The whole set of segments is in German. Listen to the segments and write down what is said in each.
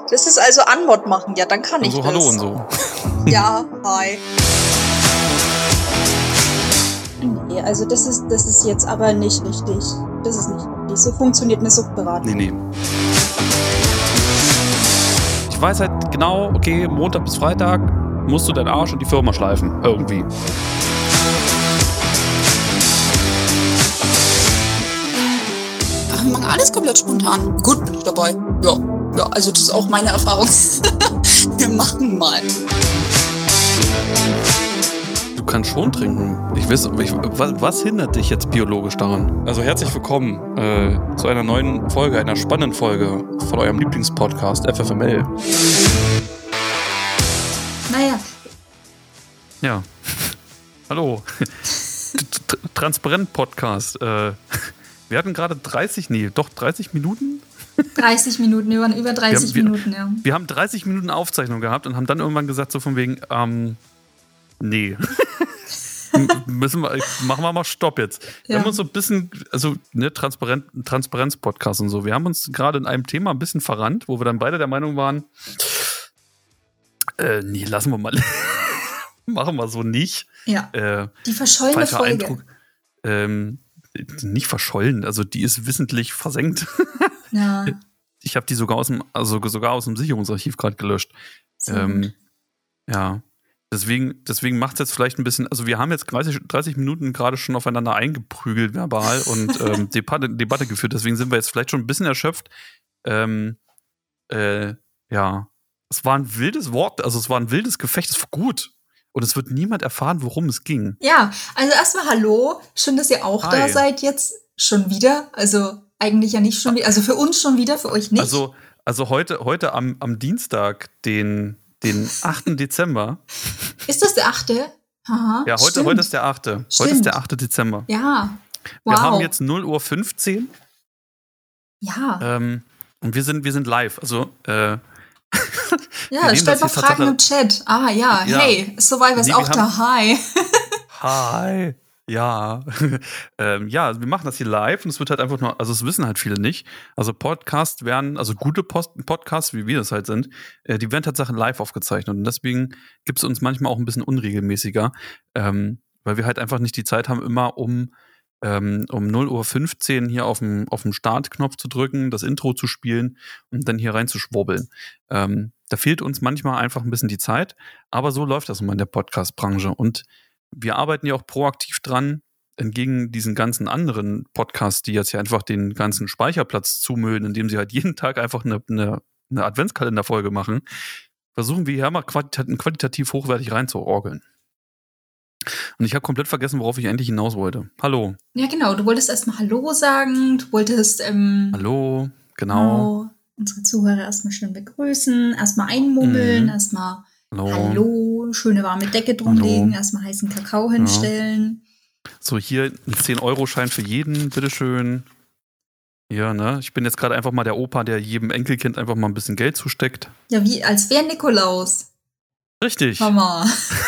Das ist also Anmod machen. Ja, dann kann ich so, das. Hallo und so. Ja, hi. Nee, also das ist jetzt aber nicht richtig. Das ist nicht richtig. So funktioniert eine Suchtberatung. Nee. Ich weiß halt genau, okay, Montag bis Freitag musst du deinen Arsch und die Firma schleifen. Irgendwie. Wir machen alles komplett spontan. Gut, bin ich dabei. Ja, also das ist auch meine Erfahrung. Wir machen mal. Du kannst schon trinken. Was hindert dich jetzt biologisch daran? Also herzlich willkommen zu einer neuen Folge, einer spannenden Folge von eurem Lieblingspodcast FFML. Naja. Ja. Hallo. Transparent-Podcast. Wir hatten gerade 30 Minuten? 30 Minuten, über 30 Minuten, ja. Wir haben 30 Minuten Aufzeichnung gehabt und haben dann irgendwann gesagt, so von wegen, nee. Machen wir mal Stopp jetzt. Wir haben uns so ein bisschen, also ne, Transparenz-Podcast und so, wir haben uns gerade in einem Thema ein bisschen verrannt, wo wir dann beide der Meinung waren, nee, lassen wir mal. Machen wir so nicht. Ja, die verschollene Folge. Eindruck, nicht verschollen, also die ist wissentlich versenkt. Ja. Ich habe die sogar aus dem Sicherungsarchiv gerade gelöscht. Ja. Deswegen macht es jetzt vielleicht ein bisschen, also wir haben jetzt 30 Minuten gerade schon aufeinander eingeprügelt verbal und Debatte geführt, deswegen sind wir jetzt vielleicht schon ein bisschen erschöpft. Ja, es war ein wildes Wort, also es war ein wildes Gefecht, es war gut. Und es wird niemand erfahren, worum es ging. Ja, also erstmal hallo, schön, dass ihr auch da seid jetzt schon wieder, also eigentlich ja nicht schon wieder, also für uns schon wieder, für euch nicht. Also heute am Dienstag, den 8. Dezember. Ist das der 8.? Aha, ja, heute ist der 8. Stimmt. Heute ist der 8. Dezember. Ja, wow. Wir haben jetzt 0:15 Uhr. Ja. Und wir sind live. Also, ja, stellt mal Fragen im Chat. Ah, ja. Hey, Survivor ist auch da. Hi. Hi. Ja. Ja, wir machen das hier live und es wird halt einfach nur, also es wissen halt viele nicht. Also Podcasts werden, also gute Podcasts, wie wir das halt sind, die werden tatsächlich live aufgezeichnet und deswegen gibt es uns manchmal auch ein bisschen unregelmäßiger, weil wir halt einfach nicht die Zeit haben, immer um 0:15 Uhr hier auf dem Startknopf zu drücken, das Intro zu spielen und dann hier rein zu schwurbeln. Da fehlt uns manchmal einfach ein bisschen die Zeit, aber so läuft das immer in der Podcast-Branche und wir arbeiten ja auch proaktiv dran, entgegen diesen ganzen anderen Podcasts, die jetzt ja einfach den ganzen Speicherplatz zumüllen, indem sie halt jeden Tag einfach eine Adventskalenderfolge machen, versuchen wir hier mal qualitativ hochwertig reinzuorgeln. Und ich habe komplett vergessen, worauf ich endlich hinaus wollte. Hallo. Ja, genau. Du wolltest erstmal Hallo sagen. Du wolltest Hallo, genau. Unsere Zuhörer erstmal schön begrüßen, erstmal einmummeln, erstmal Hallo, schöne warme Decke drumlegen, erstmal heißen Kakao hinstellen. Ja. So, hier ein 10-Euro-Schein für jeden, bitteschön. Ja, ne? Ich bin jetzt gerade einfach mal der Opa, der jedem Enkelkind einfach mal ein bisschen Geld zusteckt. Ja, wie als wäre Nikolaus. Richtig. Hammer.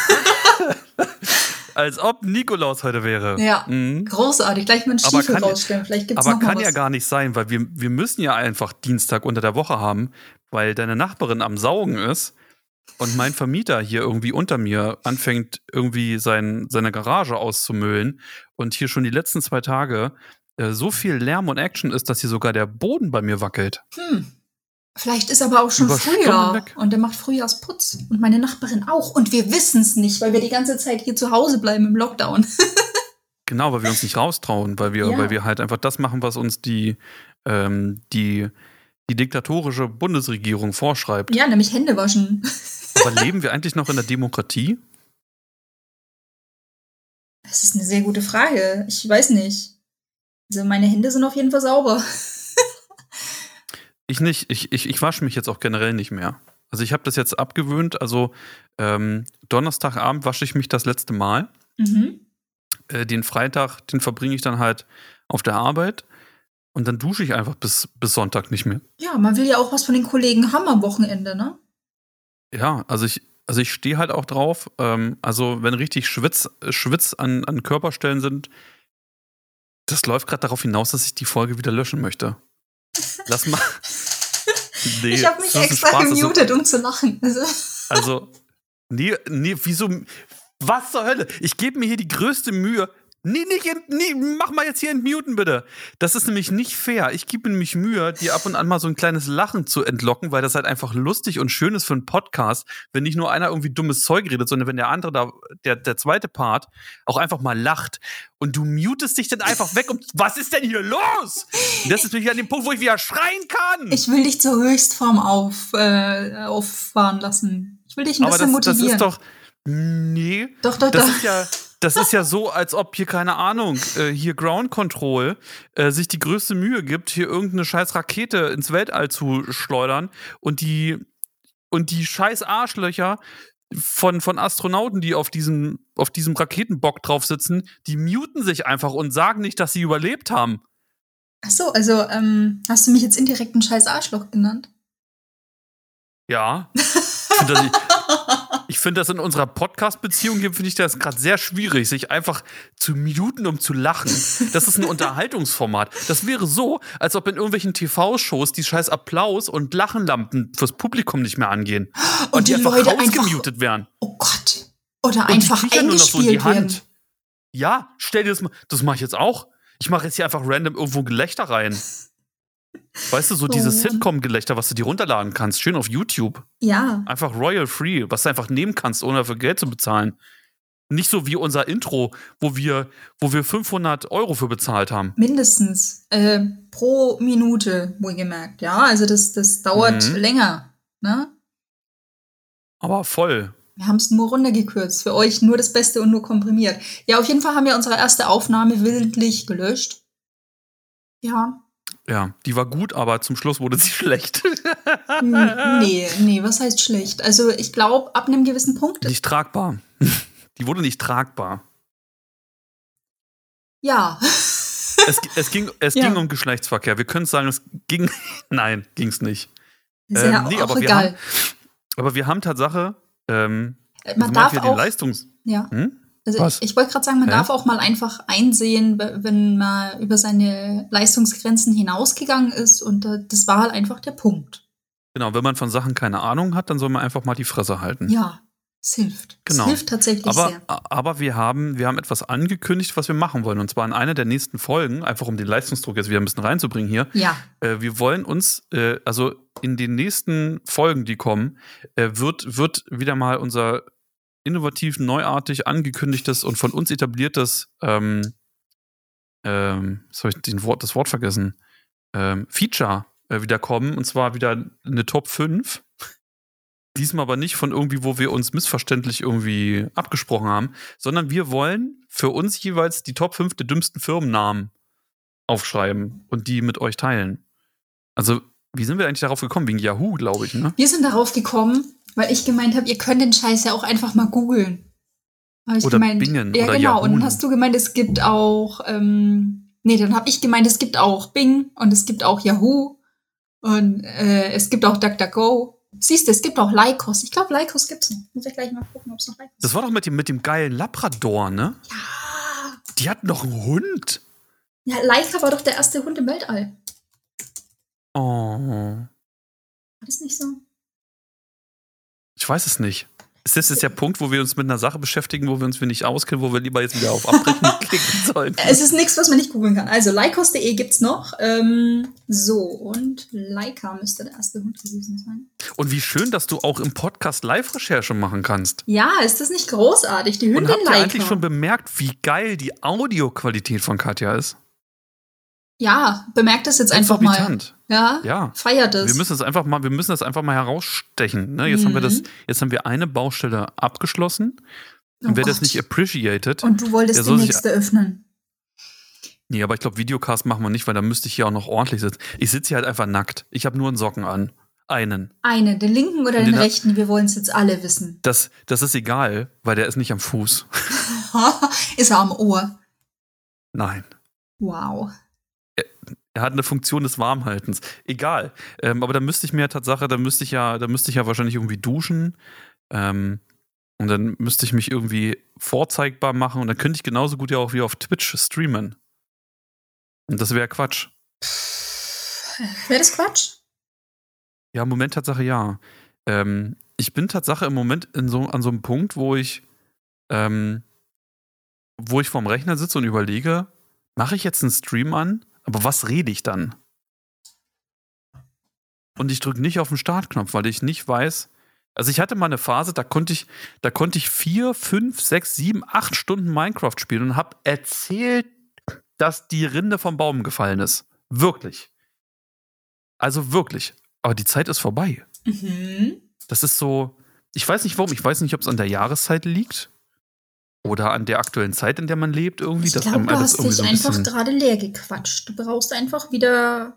Als ob Nikolaus heute wäre. Ja, großartig. Gleich mal einen Stiefel rausstellen. Vielleicht gibt's noch mal was. Aber kann ja gar nicht sein, weil wir müssen ja einfach Dienstag unter der Woche haben, weil deine Nachbarin am Saugen ist und mein Vermieter hier irgendwie unter mir anfängt, irgendwie seine Garage auszumüllen und hier schon die letzten 2 Tage so viel Lärm und Action ist, dass hier sogar der Boden bei mir wackelt. Vielleicht ist aber auch schon Frühjahr und der macht Frühjahrsputz und meine Nachbarin auch und wir wissen es nicht, weil wir die ganze Zeit hier zu Hause bleiben im Lockdown. Genau, weil wir uns nicht raustrauen, weil wir halt einfach das machen, was uns die diktatorische Bundesregierung vorschreibt. Ja, nämlich Hände waschen. Aber leben wir eigentlich noch in der Demokratie? Das ist eine sehr gute Frage. Ich weiß nicht. Also meine Hände sind auf jeden Fall sauber. Ich nicht. Ich wasche mich jetzt auch generell nicht mehr. Also ich habe das jetzt abgewöhnt. Also Donnerstagabend wasche ich mich das letzte Mal. Den Freitag, den verbringe ich dann halt auf der Arbeit. Und dann dusche ich einfach bis Sonntag nicht mehr. Ja, man will ja auch was von den Kollegen haben am Wochenende, ne? Ja, also ich stehe halt auch drauf. Also wenn richtig Schwitz an Körperstellen sind, das läuft gerade darauf hinaus, dass ich die Folge wieder löschen möchte. Lass Nee, ich habe mich extra gemutet, um zu lachen. Also, nee, wieso? Was zur Hölle? Ich gebe mir hier die größte Mühe. Nee, mach mal jetzt hier entmuten, bitte. Das ist nämlich nicht fair. Ich gebe mir nämlich Mühe, dir ab und an mal so ein kleines Lachen zu entlocken, weil das halt einfach lustig und schön ist für einen Podcast, wenn nicht nur einer irgendwie dummes Zeug redet, sondern wenn der andere da, der zweite Part, auch einfach mal lacht. Und du mutest dich dann einfach weg und was ist denn hier los? Und das ist nämlich an dem Punkt, wo ich wieder schreien kann. Ich will dich zur Höchstform auffahren lassen. Ich will dich ein bisschen motivieren. Das ist doch, nee. Doch. Das ist ja so, als ob hier, keine Ahnung, hier Ground Control sich die größte Mühe gibt, hier irgendeine scheiß Rakete ins Weltall zu schleudern und die scheiß Arschlöcher von Astronauten, die auf diesem Raketenbock drauf sitzen, die muten sich einfach und sagen nicht, dass sie überlebt haben. Ach so, also hast du mich jetzt indirekt ein scheiß Arschloch genannt? Ja. Ich finde das in unserer Podcast-Beziehung hier, finde ich das gerade sehr schwierig, sich einfach zu muten, um zu lachen. Das ist ein Unterhaltungsformat. Das wäre so, als ob in irgendwelchen TV-Shows die scheiß Applaus- und Lachenlampen fürs Publikum nicht mehr angehen. Und die einfach Leute rausgemutet werden. Oh Gott. Oder einfach eingespielt werden. Ja, stell dir das mal, das mache ich jetzt auch. Ich mache jetzt hier einfach random irgendwo Gelächter rein. Weißt du, so dieses Sitcom-Gelächter, was du dir runterladen kannst, schön auf YouTube. Ja. Einfach royal free, was du einfach nehmen kannst, ohne dafür Geld zu bezahlen. Nicht so wie unser Intro, wo wir 500 € für bezahlt haben. Mindestens. Pro Minute, wohlgemerkt. Ja, also das dauert länger. Ne? Aber voll. Wir haben es nur runtergekürzt. Für euch nur das Beste und nur komprimiert. Ja, auf jeden Fall haben wir unsere erste Aufnahme willentlich gelöscht. Ja. Ja, die war gut, aber zum Schluss wurde sie schlecht. Nee, was heißt schlecht? Also ich glaube, ab einem gewissen Punkt... Nicht tragbar. Die wurde nicht tragbar. Ja. Es ging um Geschlechtsverkehr. Wir können sagen, es ging... Nein, ging es nicht. Ist ja auch egal. Aber wir haben Tatsache... man darf auch... Ja. Also ich wollte gerade sagen, man darf auch mal einfach einsehen, wenn man über seine Leistungsgrenzen hinausgegangen ist und das war halt einfach der Punkt. Genau, wenn man von Sachen keine Ahnung hat, dann soll man einfach mal die Fresse halten. Ja, es hilft. Genau. Es hilft tatsächlich sehr. Aber wir haben etwas angekündigt, was wir machen wollen. Und zwar in einer der nächsten Folgen, einfach um den Leistungsdruck jetzt wieder ein bisschen reinzubringen hier. Ja. Wir wollen uns, also in den nächsten Folgen, die kommen, wird wieder mal unser innovativ, neuartig angekündigtes und von uns etabliertes jetzt habe ich das Wort vergessen, Feature wieder kommen, und zwar wieder eine Top 5. Diesmal aber nicht von irgendwie, wo wir uns missverständlich irgendwie abgesprochen haben, sondern wir wollen für uns jeweils die Top 5 der dümmsten Firmennamen aufschreiben und die mit euch teilen. Also, wie sind wir eigentlich darauf gekommen? Wegen Yahoo, glaube ich, ne? Wir sind darauf gekommen, weil ich gemeint habe, ihr könnt den Scheiß ja auch einfach mal googeln. Oder Bingen ja, oder genau. Yahoo. Und dann hast du gemeint, es gibt auch, dann habe ich gemeint, es gibt auch Bing und es gibt auch Yahoo und es gibt auch DuckDuckGo. Siehst du, es gibt auch Lycos. Ich glaube, Lycos gibt's noch. Muss ich gleich mal gucken, ob es noch Lycos gibt. Das war doch mit dem geilen Labrador, ne? Ja. Die hatten noch einen Hund. Ja, Leica war doch der erste Hund im Weltall. Oh. War das nicht so? Ich weiß es nicht. Ist das jetzt der Punkt, wo wir uns mit einer Sache beschäftigen, wo wir uns nicht auskennen, wo wir lieber jetzt wieder auf Abbrechen klicken sollten? Es ist nichts, was man nicht googeln kann. Also, Lycos.de gibt's noch. Und Leica müsste der erste Hund gewesen sein. Und wie schön, dass du auch im Podcast Live-Recherche machen kannst. Ja, ist das nicht großartig? Die Hündin Leica. Und habt ihr eigentlich Leica. schon bemerkt, wie geil die Audioqualität von Katja ist? Ja, bemerkt das jetzt einfach mal. Ja, feiert es. Wir müssen das einfach mal herausstechen. Ne? Jetzt haben wir eine Baustelle abgeschlossen. Und wer das nicht appreciated. Und du wolltest die nächste öffnen. Nee, aber ich glaube, Videocast machen wir nicht, weil da müsste ich hier auch noch ordentlich sitzen. Ich sitze hier halt einfach nackt. Ich habe nur einen Socken an. Den linken oder den rechten? Wir wollen es jetzt alle wissen. Das ist egal, weil der ist nicht am Fuß. Ist er am Ohr? Nein. Wow. Er hat eine Funktion des Warmhaltens. Egal. Aber da müsste ich ja wahrscheinlich irgendwie duschen. Und dann müsste ich mich irgendwie vorzeigbar machen. Und dann könnte ich genauso gut ja auch wie auf Twitch streamen. Und das wäre Quatsch. Wäre das Quatsch? Ja, im Moment Tatsache ja. Ich bin Tatsache im Moment an so einem Punkt, wo ich vorm Rechner sitze und überlege, mache ich jetzt einen Stream an, aber was rede ich dann? Und ich drücke nicht auf den Startknopf, weil ich nicht weiß. Also ich hatte mal eine Phase, da konnte ich 4, 5, 6, 7, 8 Stunden Minecraft spielen und habe erzählt, dass die Rinde vom Baum gefallen ist. Wirklich. Also wirklich. Aber die Zeit ist vorbei. Mhm. Das ist so, ich weiß nicht warum, ich weiß nicht, ob es an der Jahreszeit liegt oder an der aktuellen Zeit, in der man lebt irgendwie. Ich glaube, du hast dich so ein einfach bisschen, gerade leer gequatscht. Du brauchst einfach wieder,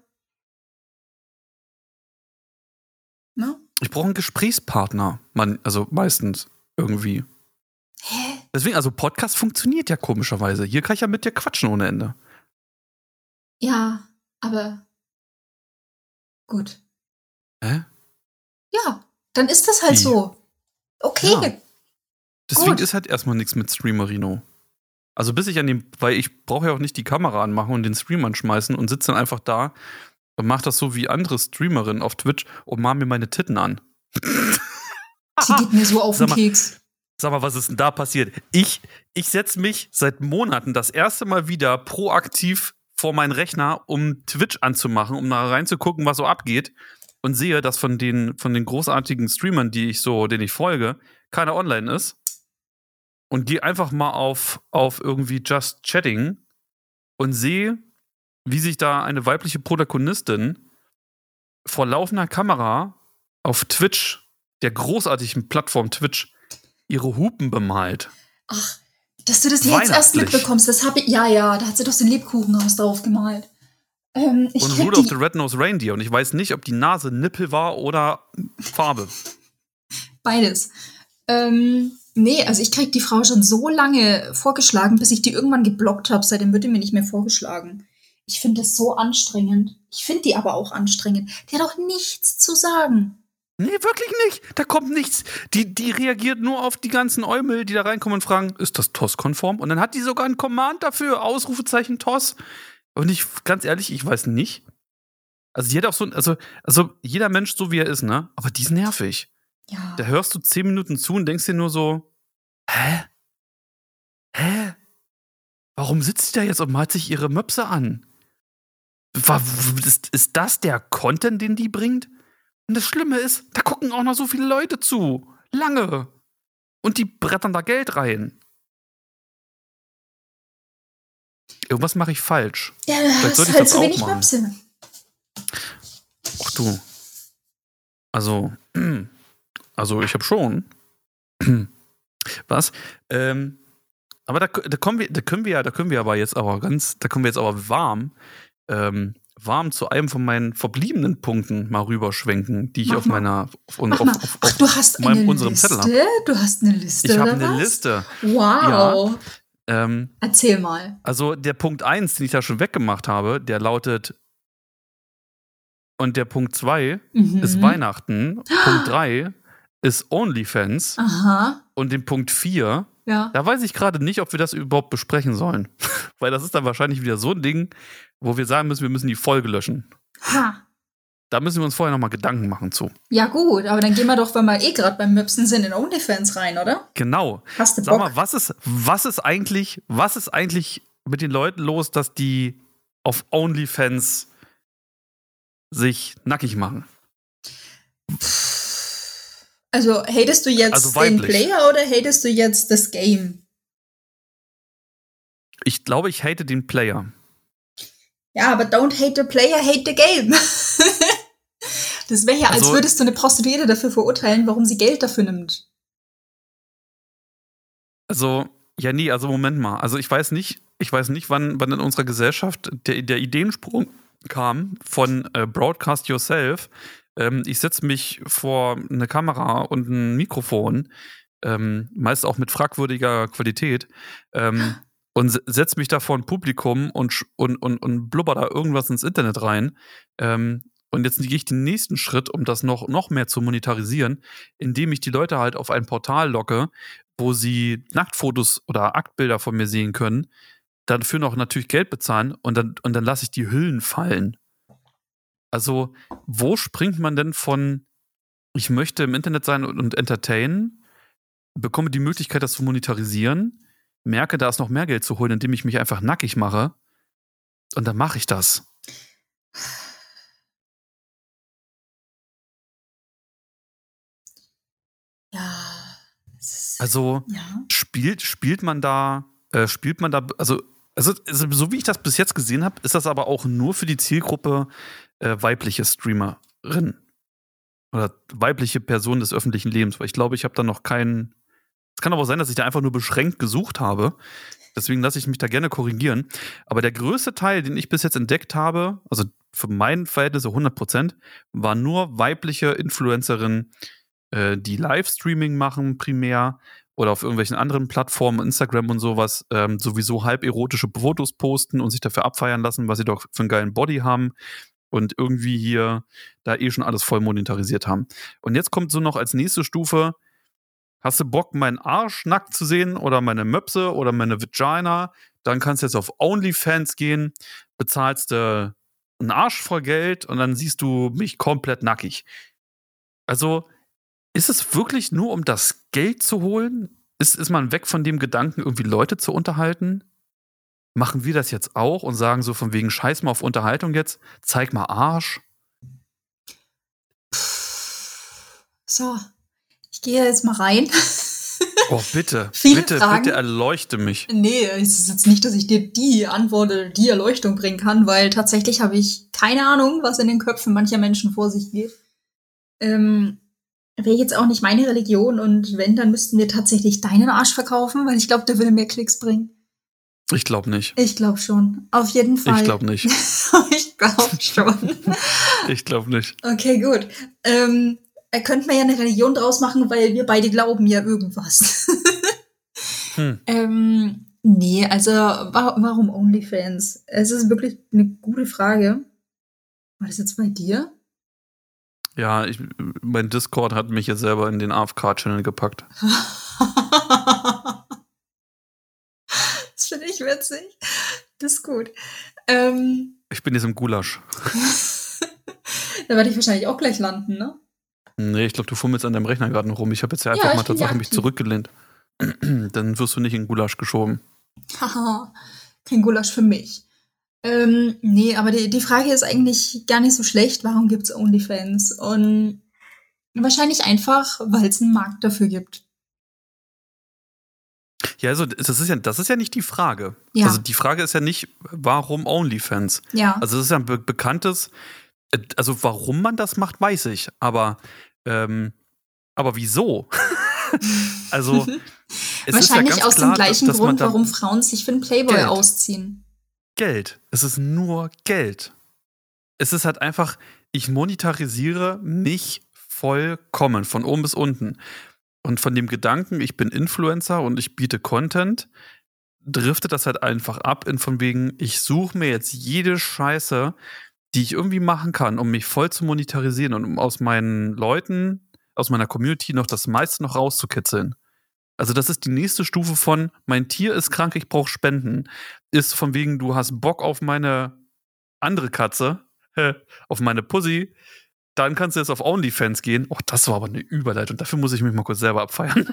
ne? ich brauche einen Gesprächspartner, also meistens irgendwie. Hä? Deswegen, also Podcast funktioniert ja komischerweise. Hier kann ich ja mit dir quatschen ohne Ende. Ja, aber gut. Hä? Ja, dann ist das halt Wie? so. Okay, Ja. Deswegen gut. ist halt erstmal nichts mit Streamerino. Also bis ich weil ich brauche ja auch nicht die Kamera anmachen und den Stream anschmeißen und sitze dann einfach da und mache das so wie andere Streamerinnen auf Twitch und mache mir meine Titten an. Die geht mir so auf den Sag mal, Keks. Sag mal, was ist denn da passiert? Ich setze mich seit Monaten das erste Mal wieder proaktiv vor meinen Rechner, um Twitch anzumachen, um da reinzugucken, was so abgeht. Und sehe, dass von den großartigen Streamern, denen ich folge, keiner online ist. Und gehe einfach mal auf irgendwie Just Chatting und sehe, wie sich da eine weibliche Protagonistin vor laufender Kamera auf Twitch, der großartigen Plattform Twitch, ihre Hupen bemalt. Ach, dass du das jetzt erst mitbekommst, das habe ich. Ja, da hat sie doch so ein Lebkuchenhaus drauf gemalt. Und Rudolph the Red-Nosed Reindeer. Und ich weiß nicht, ob die Nase Nippel war oder Farbe. Beides. Nee, also ich krieg die Frau schon so lange vorgeschlagen, bis ich die irgendwann geblockt habe. Seitdem wird die mir nicht mehr vorgeschlagen. Ich finde das so anstrengend. Ich finde die aber auch anstrengend. Die hat auch nichts zu sagen. Nee, wirklich nicht. Da kommt nichts. Die reagiert nur auf die ganzen Eumel, die da reinkommen und fragen, ist das TOS-konform? Und dann hat die sogar ein Command dafür, Ausrufezeichen TOS. Und ganz ehrlich, ich weiß nicht. Also die hat auch also jeder Mensch so wie er ist, ne? Aber die ist nervig. Ja. Da hörst du 10 Minuten zu und denkst dir nur so, hä? Warum sitzt die da jetzt und malt sich ihre Möpse an? Ist das der Content, den die bringt? Und das Schlimme ist, da gucken auch noch so viele Leute zu. Lange. Und die brettern da Geld rein. Irgendwas mache ich falsch. Ja, Vielleicht das sollte ist ich halt das zu auch wenig machen. Möpse. Ach du. Also ich habe schon. Was? Aber da können wir aber jetzt warm zu einem von meinen verbliebenen Punkten mal rüberschwenken, die ich Mach auf mal. auf du hast eine unserem Liste? Zettel habe. Du hast eine Liste, Ich habe oder eine was? Liste. Wow. Ja, Erzähl mal. also der Punkt 1, den ich da schon weggemacht habe, der lautet und der Punkt 2 ist Weihnachten, Punkt 3 ist OnlyFans Aha. und den Punkt 4, Ja. da weiß ich gerade nicht, ob wir das überhaupt besprechen sollen. Weil das ist dann wahrscheinlich wieder so ein Ding, wo wir sagen müssen, wir müssen die Folge löschen. Ha. Da müssen wir uns vorher nochmal Gedanken machen zu. Ja gut, aber dann gehen wir doch, wenn wir gerade beim Möpsen sind, in OnlyFans rein, oder? Genau. Hast du Sag Bock? mal, was ist eigentlich mit den Leuten los, dass die auf OnlyFans sich nackig machen? Also, hatest du jetzt Also den weiblich. Player oder hatest du jetzt das Game? Ich glaube, ich hate den Player. Ja, aber don't hate the player, hate the game. Das wäre ja, als Also- würdest du eine Prostituierte dafür verurteilen, warum sie Geld dafür nimmt. Also, ja, nee, also Moment mal. Also ich weiß nicht, wann in unserer Gesellschaft der Ideensprung kam von Broadcast Yourself. Ich setze mich vor eine Kamera und ein Mikrofon, meist auch mit fragwürdiger Qualität, und setze mich da vor ein Publikum und blubber da irgendwas ins Internet rein. Und jetzt gehe ich den nächsten Schritt, um das noch mehr zu monetarisieren, indem ich die Leute halt auf ein Portal locke, wo sie Nacktfotos oder Aktbilder von mir sehen können, dafür noch natürlich Geld bezahlen und dann lasse ich die Hüllen fallen. Also, wo springt man denn von, ich möchte im Internet sein und entertainen, bekomme die Möglichkeit, das zu monetarisieren, merke, da ist noch mehr Geld zu holen, indem ich mich einfach nackig mache, und dann mache ich das. Ja. Also Ja. spielt man da, also so wie ich das bis jetzt gesehen habe, ist das aber auch nur für die Zielgruppe weibliche Streamerin oder weibliche Personen des öffentlichen Lebens, weil ich glaube, ich habe da noch keinen. Es kann aber auch sein, dass ich da einfach nur beschränkt gesucht habe. Deswegen lasse ich mich da gerne korrigieren. Aber der größte Teil, den ich bis jetzt entdeckt habe, also für mein Verhältnisse 100%, war nur weibliche Influencerinnen, die Livestreaming machen primär oder auf irgendwelchen anderen Plattformen, Instagram und sowas, sowieso halb erotische Fotos posten und sich dafür abfeiern lassen, was sie doch für einen geilen Body haben und irgendwie hier da schon alles voll monetarisiert haben. Und jetzt kommt so noch als nächste Stufe: Hast du Bock, meinen Arsch nackt zu sehen oder meine Möpse oder meine Vagina? Dann kannst du jetzt auf OnlyFans gehen, bezahlst einen Arsch voll Geld und dann siehst du mich komplett nackig. Also, ist es wirklich nur, um das Geld zu holen? Ist man weg von dem Gedanken, irgendwie Leute zu unterhalten? Machen wir das jetzt auch und sagen so von wegen, scheiß mal auf Unterhaltung jetzt, zeig mal Arsch? So, ich gehe jetzt mal rein. Oh, bitte, Viele bitte, Fragen. bitte erleuchte mich. Nee, es ist jetzt nicht, dass ich dir die Antwort oder die Erleuchtung bringen kann, weil tatsächlich habe ich keine Ahnung, was in den Köpfen mancher Menschen vor sich geht. Wäre jetzt auch nicht meine Religion, und wenn, dann müssten wir tatsächlich deinen Arsch verkaufen, weil ich glaube, der würde mehr Klicks bringen. Ich glaube nicht. Ich glaube schon. Auf jeden Fall. Ich glaube nicht. Ich glaube schon. Ich glaube nicht. Okay, gut. Könnte man ja eine Religion draus machen, weil wir beide glauben ja irgendwas. Nee, also warum OnlyFans? Es ist wirklich eine gute Frage. War das jetzt bei dir? Ja, mein Discord hat mich jetzt selber in den AFK-Channel gepackt. Das finde ich witzig. Das ist gut. Ich bin jetzt im Gulasch. Da werde ich wahrscheinlich auch gleich landen, ne? Nee, ich glaube, du fummelst an deinem Rechner gerade noch rum. Ich habe jetzt ja Ja, einfach ich mal bin ja tatsächlich mich aktiv. zurückgelehnt. Dann wirst du nicht in den Gulasch geschoben. Haha, kein Gulasch für mich. Nee, aber die Frage ist eigentlich gar nicht so schlecht. Warum gibt's OnlyFans? Und wahrscheinlich einfach, weil es einen Markt dafür gibt. Ja, also das ist ja nicht die Frage. Ja. Also die Frage ist ja nicht, warum OnlyFans? Ja. Also es ist ja ein bekanntes, also warum man das macht, weiß ich. Aber wieso? Also es Wahrscheinlich ist ja ganz aus klar, dem gleichen dass man Grund, da warum Frauen sich für einen Playboy Geld. ausziehen. Geld. Es ist nur Geld. Es ist halt einfach, ich monetarisiere mich vollkommen, von oben bis unten. Und von dem Gedanken, ich bin Influencer und ich biete Content, driftet das halt einfach ab in von wegen, ich suche mir jetzt jede Scheiße, die ich irgendwie machen kann, um mich voll zu monetarisieren und um aus meinen Leuten, aus meiner Community noch das meiste noch rauszukitzeln. Also das ist die nächste Stufe von, mein Tier ist krank, ich brauche Spenden. Ist von wegen, du hast Bock auf meine andere Katze, auf meine Pussy, dann kannst du jetzt auf OnlyFans gehen. Oh, das war aber eine Überleitung. Dafür muss ich mich mal kurz selber abfeiern.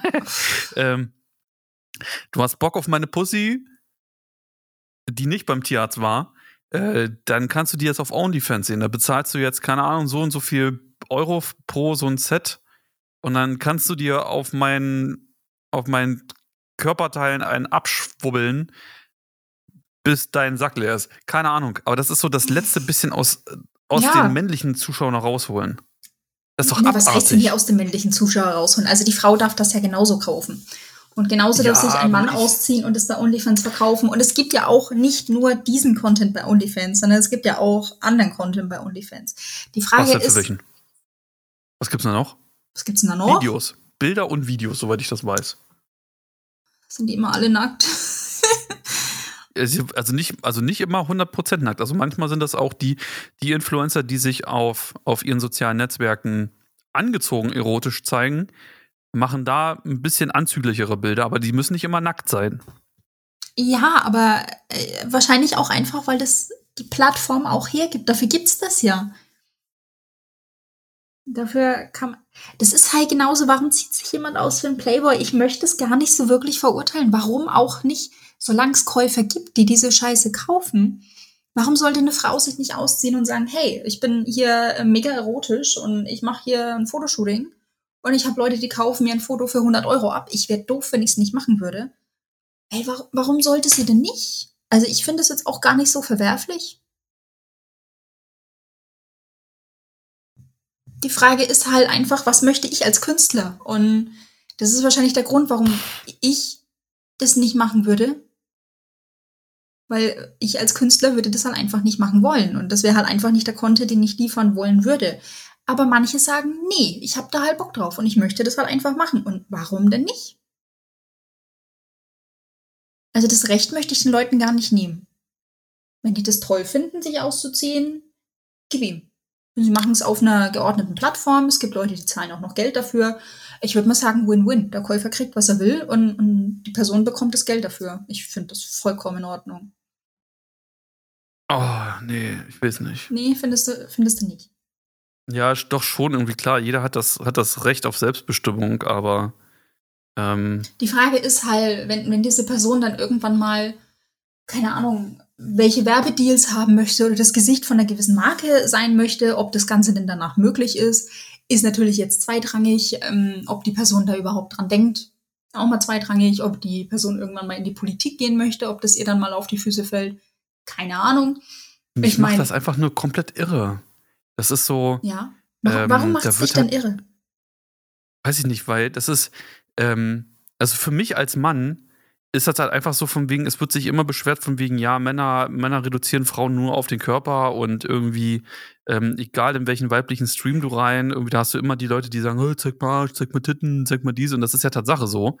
Du hast Bock auf meine Pussy, die nicht beim Tierarzt war, dann kannst du die jetzt auf OnlyFans sehen. Da bezahlst du jetzt, keine Ahnung, so und so viel Euro pro so ein Set. Und dann kannst du dir auf meinen Körperteilen einen abschwubbeln, bis dein Sack leer ist. Keine Ahnung. Aber das ist so das letzte bisschen aus Ja. den männlichen Zuschauern noch rausholen. Das ist doch Na, was heißt denn abartig. hier aus dem männlichen Zuschauer rausholen? Also die Frau darf das ja genauso kaufen. Und genauso darf Ja, sich ein Mann aber ausziehen und es bei OnlyFans verkaufen. Und es gibt ja auch nicht nur diesen Content bei OnlyFans, sondern es gibt ja auch anderen Content bei OnlyFans. Die Was Frage denn für ist, welchen? Was gibt's denn noch? was gibt's denn da noch? Videos. Bilder und Videos, soweit ich das weiß. Sind die immer alle nackt? Also nicht immer 100% nackt. Also manchmal sind das auch die Influencer, die sich auf ihren sozialen Netzwerken angezogen erotisch zeigen, machen da ein bisschen anzüglichere Bilder, aber die müssen nicht immer nackt sein. Ja, aber wahrscheinlich auch einfach, weil das die Plattform auch hergibt. Dafür gibt's das ja. Dafür kann das ist halt genauso, warum zieht sich jemand aus für 'n Playboy? Ich möchte es gar nicht so wirklich verurteilen. Warum auch nicht? Solange es Käufer gibt, die diese Scheiße kaufen, warum sollte eine Frau sich nicht ausziehen und sagen: „Hey, ich bin hier, mega erotisch und ich mache hier ein Fotoshooting und ich habe Leute, die kaufen mir ein Foto für 100 € ab. Ich wäre doof, wenn ich es nicht machen würde.“ Ey, warum sollte sie denn nicht? Also, ich finde es jetzt auch gar nicht so verwerflich. Die Frage ist halt einfach, was möchte ich als Künstler? Und das ist wahrscheinlich der Grund, warum ich das nicht machen würde, weil ich als Künstler würde das halt einfach nicht machen wollen. Und das wäre halt einfach nicht der Content, den ich liefern wollen würde. Aber manche sagen, nee, ich habe da halt Bock drauf und ich möchte das halt einfach machen. Und warum denn nicht? Also das Recht möchte ich den Leuten gar nicht nehmen. Wenn die das toll finden, sich auszuziehen, gib ihm. Sie machen es auf einer geordneten Plattform. Es gibt Leute, die zahlen auch noch Geld dafür. Ich würde mal sagen, Win-Win. Der Käufer kriegt, was er will und die Person bekommt das Geld dafür. Ich finde das vollkommen in Ordnung. Oh, nee, ich weiß nicht. Nee, findest du nicht? Ja, doch schon irgendwie klar. Jeder hat das Recht auf Selbstbestimmung, aber Die Frage ist halt, wenn diese Person dann irgendwann mal, keine Ahnung, welche Werbedeals haben möchte oder das Gesicht von einer gewissen Marke sein möchte, ob das Ganze denn danach möglich ist natürlich jetzt zweitrangig. Ob die Person da überhaupt dran denkt, auch mal zweitrangig. Ob die Person irgendwann mal in die Politik gehen möchte, ob das ihr dann mal auf die Füße fällt, keine Ahnung. mich macht das einfach nur komplett irre. Das ist so. Ja. Warum macht es dich denn irre? Weiß ich nicht, weil das ist, also für mich als Mann ist das halt einfach so von wegen, es wird sich immer beschwert von wegen, ja, Männer reduzieren Frauen nur auf den Körper und irgendwie, egal in welchen weiblichen Stream du rein, irgendwie da hast du immer die Leute, die sagen, oh, zeig mal Arsch, zeig mal Titten, zeig mal dies und das ist ja Tatsache so.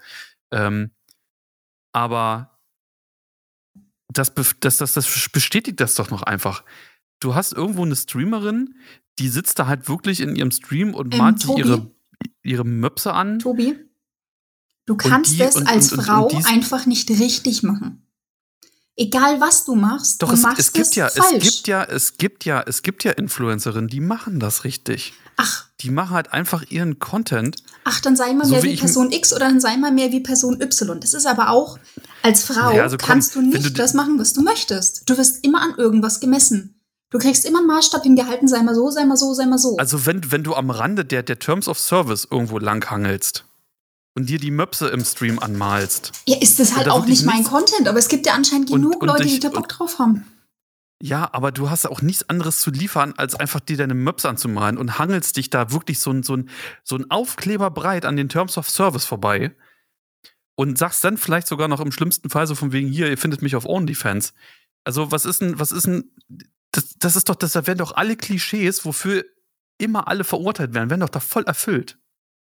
Aber das bestätigt das doch noch einfach. Du hast irgendwo eine Streamerin, die sitzt da halt wirklich in ihrem Stream und malt sich ihre Möpse an. Tobi, du kannst es als Frau einfach nicht richtig machen. Egal was du machst, doch, du machst es falsch. Es gibt ja Influencerinnen, die machen das richtig. Ach. Die machen halt einfach ihren Content. Ach, dann sei mal mehr wie Person X oder dann sei mal mehr wie Person Y. Das ist aber auch, als Frau kannst du nicht das machen, was du möchtest. Du wirst immer an irgendwas gemessen. Du kriegst immer einen Maßstab hingehalten, sei mal so, sei mal so, sei mal so. Also wenn du am Rande der Terms of Service irgendwo langhangelst und dir die Möpse im Stream anmalst. Ja, ist das halt auch nicht mein Content, aber es gibt ja anscheinend genug Leute, die da Bock drauf haben. Ja, aber du hast auch nichts anderes zu liefern, als einfach dir deine Möpse anzumalen und hangelst dich da wirklich so ein Aufkleber breit an den Terms of Service vorbei und sagst dann vielleicht sogar noch im schlimmsten Fall so von wegen, hier, ihr findet mich auf OnlyFans. Also was ist denn, das werden doch alle Klischees, wofür immer alle verurteilt werden doch da voll erfüllt.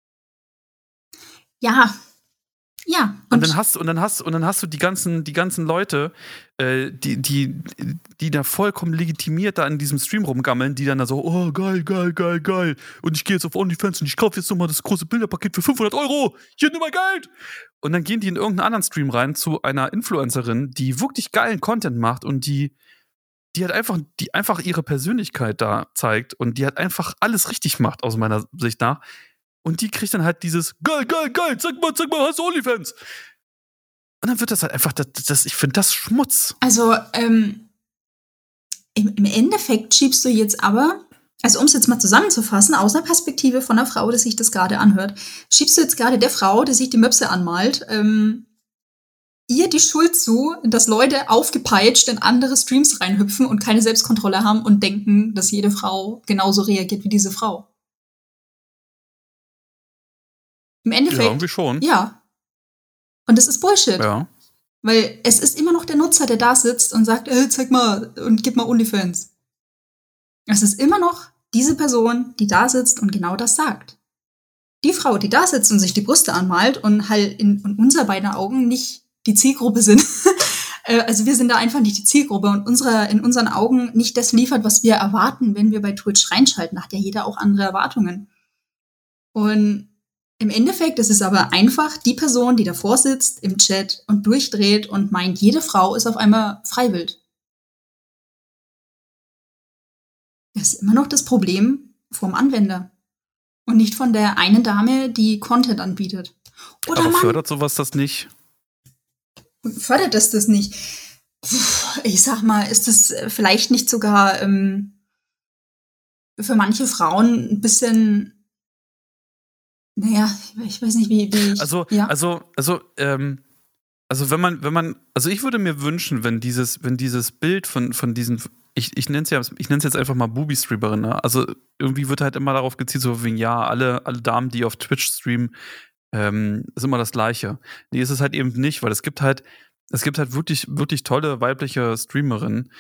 Ja. Und dann hast du die ganzen Leute, die da vollkommen legitimiert da in diesem Stream rumgammeln, die dann da so, oh, geil. Und ich gehe jetzt auf OnlyFans und ich kaufe jetzt nochmal das große Bilderpaket für 500 €. Hier, nimm mal Geld! Und dann gehen die in irgendeinen anderen Stream rein zu einer Influencerin, die wirklich geilen Content macht und die halt einfach ihre Persönlichkeit da zeigt und die halt einfach alles richtig macht, aus meiner Sicht nach. Und die kriegt dann halt dieses geil, zeig mal, hast du OnlyFans? Und dann wird das halt einfach, ich finde das Schmutz. Also, im Endeffekt schiebst du jetzt aber, also um es jetzt mal zusammenzufassen, aus einer Perspektive von einer Frau, die sich das gerade anhört, schiebst du jetzt gerade der Frau, die sich die Möpse anmalt, ihr die Schuld zu, dass Leute aufgepeitscht in andere Streams reinhüpfen und keine Selbstkontrolle haben und denken, dass jede Frau genauso reagiert wie diese Frau. Im Endeffekt. Ja, irgendwie schon. Ja. Und das ist Bullshit. Ja. Weil es ist immer noch der Nutzer, der da sitzt und sagt, zeig mal und gib mal OnlyFans. Es ist immer noch diese Person, die da sitzt und genau das sagt. Die Frau, die da sitzt und sich die Brüste anmalt und halt in unser beider Augen nicht die Zielgruppe sind. Also wir sind da einfach nicht die Zielgruppe und in unseren Augen nicht das liefert, was wir erwarten, wenn wir bei Twitch reinschalten. Hat ja jeder auch andere Erwartungen. Und im Endeffekt ist es aber einfach die Person, die davor sitzt im Chat und durchdreht und meint, jede Frau ist auf einmal freiwillig. Das ist immer noch das Problem vom Anwender. Und nicht von der einen Dame, die Content anbietet. Oder aber fördert sowas das nicht? Fördert das nicht? Ich sag mal, ist das vielleicht nicht sogar für manche Frauen ein bisschen, naja, ich weiß nicht, wie ich, Also wenn man, also ich würde mir wünschen, wenn dieses Bild von diesen, ich nenne es jetzt einfach mal Booby-Streamerin, ne? Also irgendwie wird halt immer darauf gezielt, so wegen, ja, alle Damen, die auf Twitch streamen, ist immer das Gleiche. Nee, ist es halt eben nicht, weil es gibt halt wirklich, wirklich tolle weibliche Streamerinnen,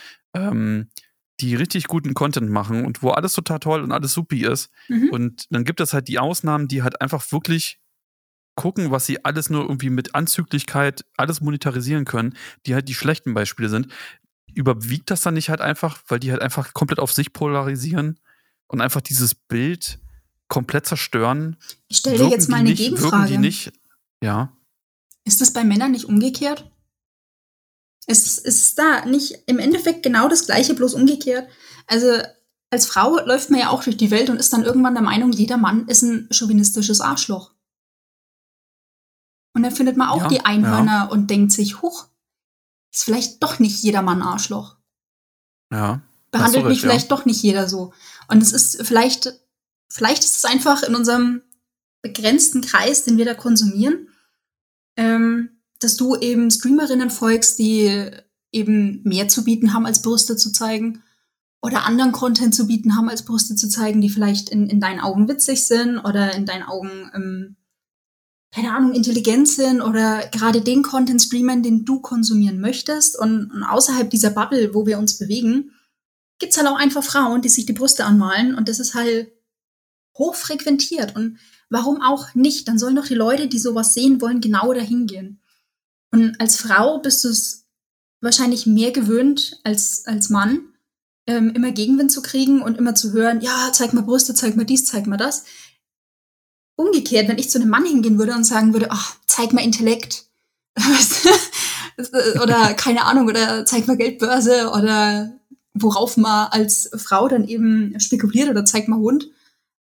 die richtig guten Content machen und wo alles total toll und alles supi ist. Mhm. Und dann gibt es halt die Ausnahmen, die halt einfach wirklich gucken, was sie alles nur irgendwie mit Anzüglichkeit alles monetarisieren können, die halt die schlechten Beispiele sind. Überwiegt das dann nicht halt einfach, weil die halt einfach komplett auf sich polarisieren und einfach dieses Bild komplett zerstören? Ich stelle dir jetzt mal eine Wirken Gegenfrage. die nicht? Ja. Ist das bei Männern nicht umgekehrt? Ist da nicht im Endeffekt genau das Gleiche, bloß umgekehrt? Also als Frau läuft man ja auch durch die Welt und ist dann irgendwann der Meinung, jeder Mann ist ein chauvinistisches Arschloch. Und dann findet man auch die Einhörner und denkt sich, huch, ist vielleicht doch nicht jeder Mann Arschloch. Ja. Behandelt mich vielleicht doch nicht jeder so. Und es ist vielleicht ist es einfach in unserem begrenzten Kreis, den wir da konsumieren, dass du eben Streamerinnen folgst, die eben mehr zu bieten haben, als Brüste zu zeigen. Oder anderen Content zu bieten haben, als Brüste zu zeigen, die vielleicht in deinen Augen witzig sind oder in deinen Augen, keine Ahnung, intelligent sind oder gerade den Content streamen, den du konsumieren möchtest. Und außerhalb dieser Bubble, wo wir uns bewegen, gibt's halt auch einfach Frauen, die sich die Brüste anmalen. Und das ist halt hochfrequentiert. Und warum auch nicht? Dann sollen doch die Leute, die sowas sehen wollen, genau dahin gehen. Und als Frau bist du es wahrscheinlich mehr gewöhnt als Mann, immer Gegenwind zu kriegen und immer zu hören, ja, zeig mal Brüste, zeig mal dies, zeig mal das. Umgekehrt, wenn ich zu einem Mann hingehen würde und sagen würde, ach, zeig mal Intellekt. Oder keine Ahnung, oder zeig mal Geldbörse oder worauf man als Frau dann eben spekuliert oder zeig mal Hund.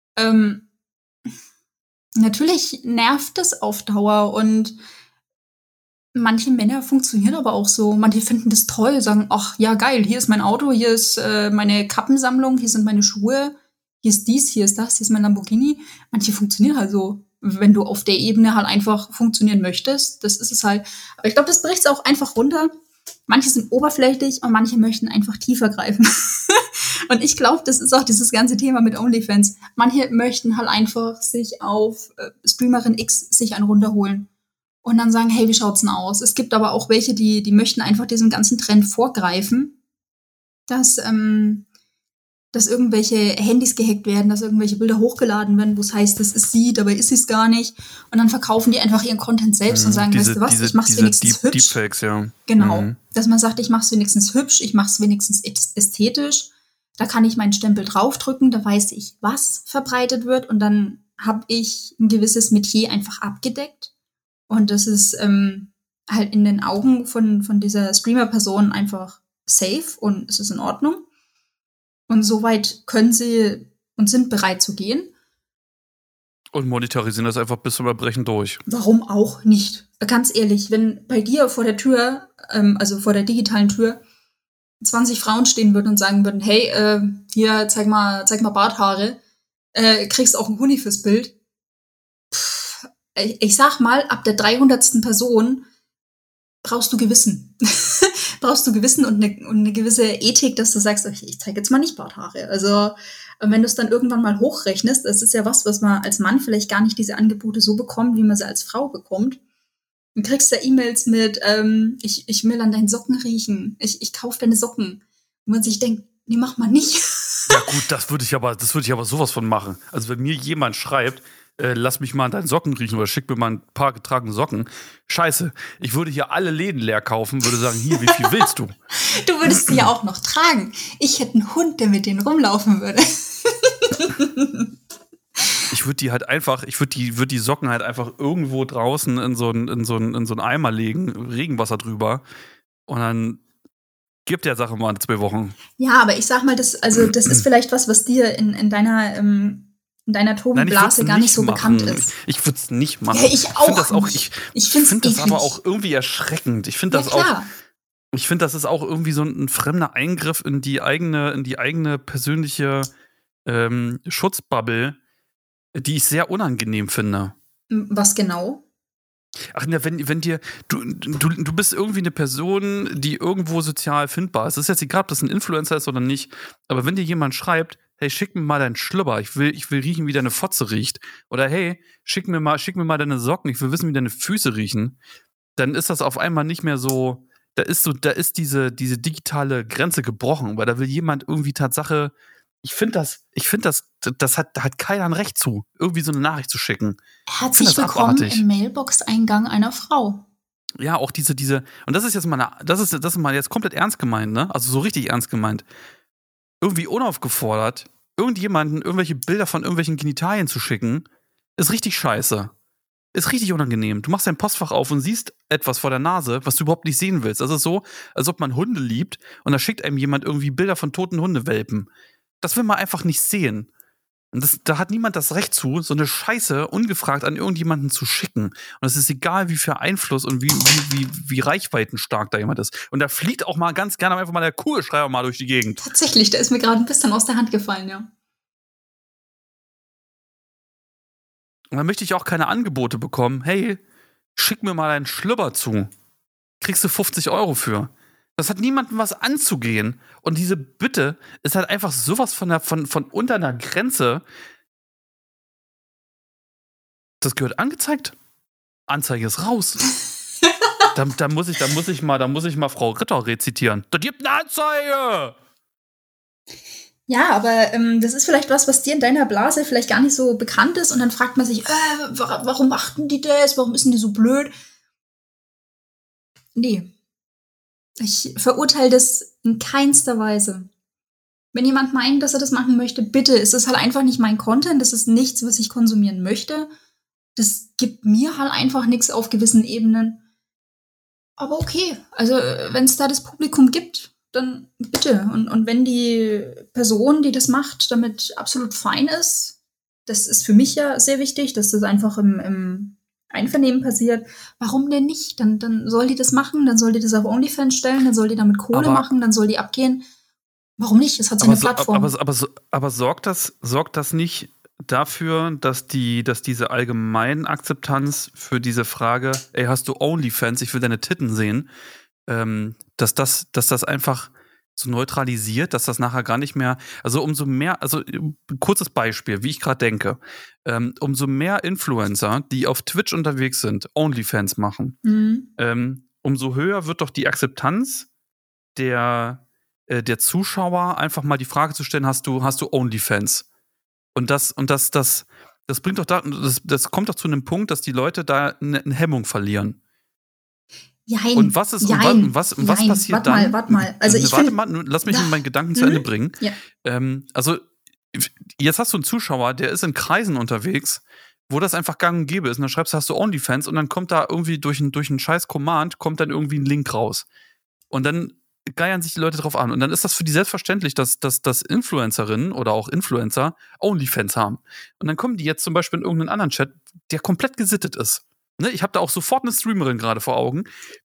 Natürlich nervt das auf Dauer und manche Männer funktionieren aber auch so. Manche finden das toll, sagen, ach ja, geil, hier ist mein Auto, hier ist meine Kappensammlung, hier sind meine Schuhe, hier ist dies, hier ist das, hier ist mein Lamborghini. Manche funktionieren halt so, wenn du auf der Ebene halt einfach funktionieren möchtest. Das ist es halt. Aber ich glaube, das bricht es auch einfach runter. Manche sind oberflächlich und manche möchten einfach tiefer greifen. Und ich glaube, das ist auch dieses ganze Thema mit OnlyFans. Manche möchten halt einfach sich auf Streamerin X sich einen runterholen. Und dann sagen, hey, wie schaut's denn aus? Es gibt aber auch welche, die möchten einfach diesem ganzen Trend vorgreifen, dass irgendwelche Handys gehackt werden, dass irgendwelche Bilder hochgeladen werden, wo es heißt, das ist sie, dabei ist sie es gar nicht. Und dann verkaufen die einfach ihren Content selbst und sagen, weißt du was, ich mach's wenigstens hübsch. Deepfakes, ja. Genau. Dass man sagt, ich mach's wenigstens hübsch, ich mach's wenigstens ästhetisch. Da kann ich meinen Stempel draufdrücken, da weiß ich, was verbreitet wird. Und dann habe ich ein gewisses Metier einfach abgedeckt. Und das ist halt in den Augen von dieser Streamer-Person einfach safe und es ist in Ordnung. Und soweit können sie und sind bereit zu gehen. Und monetarisieren das einfach bis zum Erbrechen durch. Warum auch nicht? Ganz ehrlich, wenn bei dir vor der Tür, also vor der digitalen Tür, 20 Frauen stehen würden und sagen würden, hey, hier, zeig mal Barthaare, kriegst auch einen Huni fürs Bild. Ich sag mal, ab der 300. Person brauchst du Gewissen. Brauchst du Gewissen und eine gewisse Ethik, dass du sagst, okay, ich zeige jetzt mal nicht Barthaare. Also wenn du es dann irgendwann mal hochrechnest, das ist ja was man als Mann vielleicht gar nicht diese Angebote so bekommt, wie man sie als Frau bekommt. Du kriegst da E-Mails mit, ich will an deinen Socken riechen, ich kaufe deine Socken. Und man sich denkt, nee, mach mal nicht. Ja gut, das würde ich aber sowas von machen. Also wenn mir jemand schreibt, lass mich mal an deinen Socken riechen oder schick mir mal ein paar getragene Socken. Scheiße, ich würde hier alle Läden leer kaufen, würde sagen, hier, wie viel willst du? Du würdest sie ja auch noch tragen. Ich hätte einen Hund, der mit denen rumlaufen würde. Ich würde die halt einfach, würde die Socken halt einfach irgendwo draußen in so einen Eimer legen, Regenwasser drüber und dann gibt der Sache mal 2 Wochen. Ja, aber ich sag mal, das ist vielleicht was dir in deiner in deiner Nein, ich Tobi-Blase würd's gar nicht so machen. bekannt ist. Ich würde es nicht machen. Ja, ich auch Ich Ich find's finde das aber eklig. auch irgendwie erschreckend. Ich finde Ja, das auch, klar. ich finde, das ist auch irgendwie so ein fremder Eingriff in die eigene persönliche Schutzbubble, die ich sehr unangenehm finde. Was genau? Ach, na, wenn dir, du bist irgendwie eine Person, die irgendwo sozial findbar ist. Es ist jetzt egal, ob das ein Influencer ist oder nicht, aber wenn dir jemand schreibt, hey, schick mir mal deinen Schlüpper, ich will riechen, wie deine Fotze riecht. Oder hey, schick mir mal deine Socken, ich will wissen, wie deine Füße riechen, dann ist das auf einmal nicht mehr so, da ist diese digitale Grenze gebrochen, weil da will jemand irgendwie Tatsache, das hat keiner ein Recht zu, irgendwie so eine Nachricht zu schicken. Herzlich das willkommen abartig. im Mailbox-Eingang einer Frau. Ja, auch diese, und das ist jetzt das ist mal jetzt komplett ernst gemeint, ne? Also so richtig ernst gemeint. Irgendwie unaufgefordert, irgendjemanden irgendwelche Bilder von irgendwelchen Genitalien zu schicken, ist richtig scheiße. Ist richtig unangenehm. Du machst dein Postfach auf und siehst etwas vor der Nase, was du überhaupt nicht sehen willst. Also so, als ob man Hunde liebt und da schickt einem jemand irgendwie Bilder von toten Hundewelpen. Das will man einfach nicht sehen. Und da hat niemand das Recht zu, so eine Scheiße ungefragt an irgendjemanden zu schicken. Und es ist egal, wie viel Einfluss und wie reichweitenstark da jemand ist. Und da fliegt auch mal ganz gerne einfach mal der Kugelschreiber mal durch die Gegend. Tatsächlich, der ist mir gerade ein bisschen aus der Hand gefallen, ja. Und dann möchte ich auch keine Angebote bekommen. Hey, schick mir mal deinen Schlüpper zu. Kriegst du 50 € für. Das hat niemandem was anzugehen. Und diese Bitte ist halt einfach sowas von unter einer Grenze. Das gehört angezeigt. Anzeige ist raus. da muss ich mal Frau Ritter rezitieren. Da gibt eine Anzeige! Ja, aber das ist vielleicht was dir in deiner Blase vielleicht gar nicht so bekannt ist und dann fragt man sich, warum machten die das? Warum ist denn die so blöd? Nee. Ich verurteile das in keinster Weise. Wenn jemand meint, dass er das machen möchte, bitte, es ist halt einfach nicht mein Content, das ist nichts, was ich konsumieren möchte. Das gibt mir halt einfach nichts auf gewissen Ebenen. Aber okay, also wenn es da das Publikum gibt, dann bitte. Und wenn die Person, die das macht, damit absolut fein ist, das ist für mich ja sehr wichtig, dass das einfach im Einvernehmen passiert. Warum denn nicht? Dann soll die das machen, dann soll die das auf OnlyFans stellen, dann soll die damit Kohle machen, dann soll die abgehen. Warum nicht? Das hat seine Plattform. Aber sorgt das nicht dafür, dass diese allgemeine Akzeptanz für diese Frage, ey, hast du OnlyFans, ich will deine Titten sehen, dass das einfach so neutralisiert, dass das nachher gar nicht mehr, also umso mehr, also kurzes Beispiel, wie ich gerade denke, umso mehr Influencer, die auf Twitch unterwegs sind, OnlyFans machen, umso höher wird doch die Akzeptanz der Zuschauer, einfach mal die Frage zu stellen, hast du OnlyFans? Und das bringt doch das kommt doch zu einem Punkt, dass die Leute da eine Hemmung verlieren. Jein. Und was passiert dann? Warte mal. Also warte mal, lass mich mit meinen Gedanken zu Ende bringen. Ja. Also, jetzt hast du einen Zuschauer, der ist in Kreisen unterwegs, wo das einfach gang und gäbe ist. Und dann schreibst du, hast du OnlyFans und dann kommt da irgendwie durch einen scheiß Command, kommt dann irgendwie ein Link raus. Und dann geiern sich die Leute drauf an. Und dann ist das für die selbstverständlich, dass Influencerinnen oder auch Influencer OnlyFans haben. Und dann kommen die jetzt zum Beispiel in irgendeinen anderen Chat, der komplett gesittet ist. Ne? Ich habe da auch sofort eine Streamerin gerade vor Augen.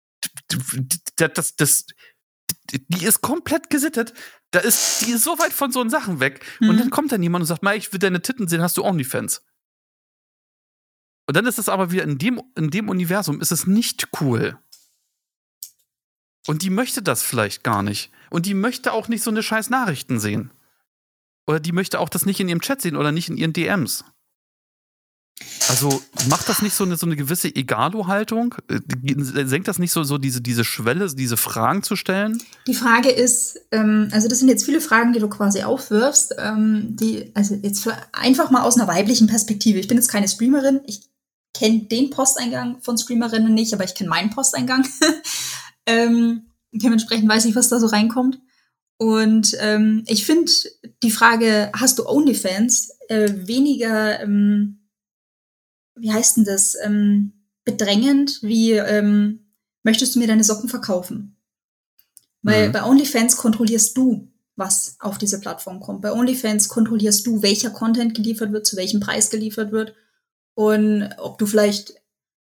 Die ist komplett gesittet. Die ist so weit von so Sachen weg. Und dann kommt dann jemand und sagt, ich will deine Titten sehen, hast du OnlyFans? Und dann ist es aber wieder in dem Universum ist es nicht cool. Und die möchte das vielleicht gar nicht. Und die möchte auch nicht so eine scheiß Nachrichten sehen. Oder die möchte auch das nicht in ihrem Chat sehen oder nicht in ihren DMs. Also macht das nicht so eine gewisse Egalo-Haltung? Senkt das nicht so diese Schwelle, diese Fragen zu stellen? Die Frage ist, also das sind jetzt viele Fragen, die du quasi aufwirfst, also jetzt einfach mal aus einer weiblichen Perspektive. Ich bin jetzt keine Streamerin, ich kenne den Posteingang von Streamerinnen nicht, aber ich kenne meinen Posteingang. Dementsprechend weiß ich, was da so reinkommt. Und ich finde die Frage, hast du OnlyFans, weniger, wie heißt denn das, bedrängend, wie möchtest du mir deine Socken verkaufen? Weil bei OnlyFans kontrollierst du. was auf diese Plattform kommt. Bei OnlyFans kontrollierst du, welcher Content geliefert wird, zu welchem Preis geliefert wird und ob du vielleicht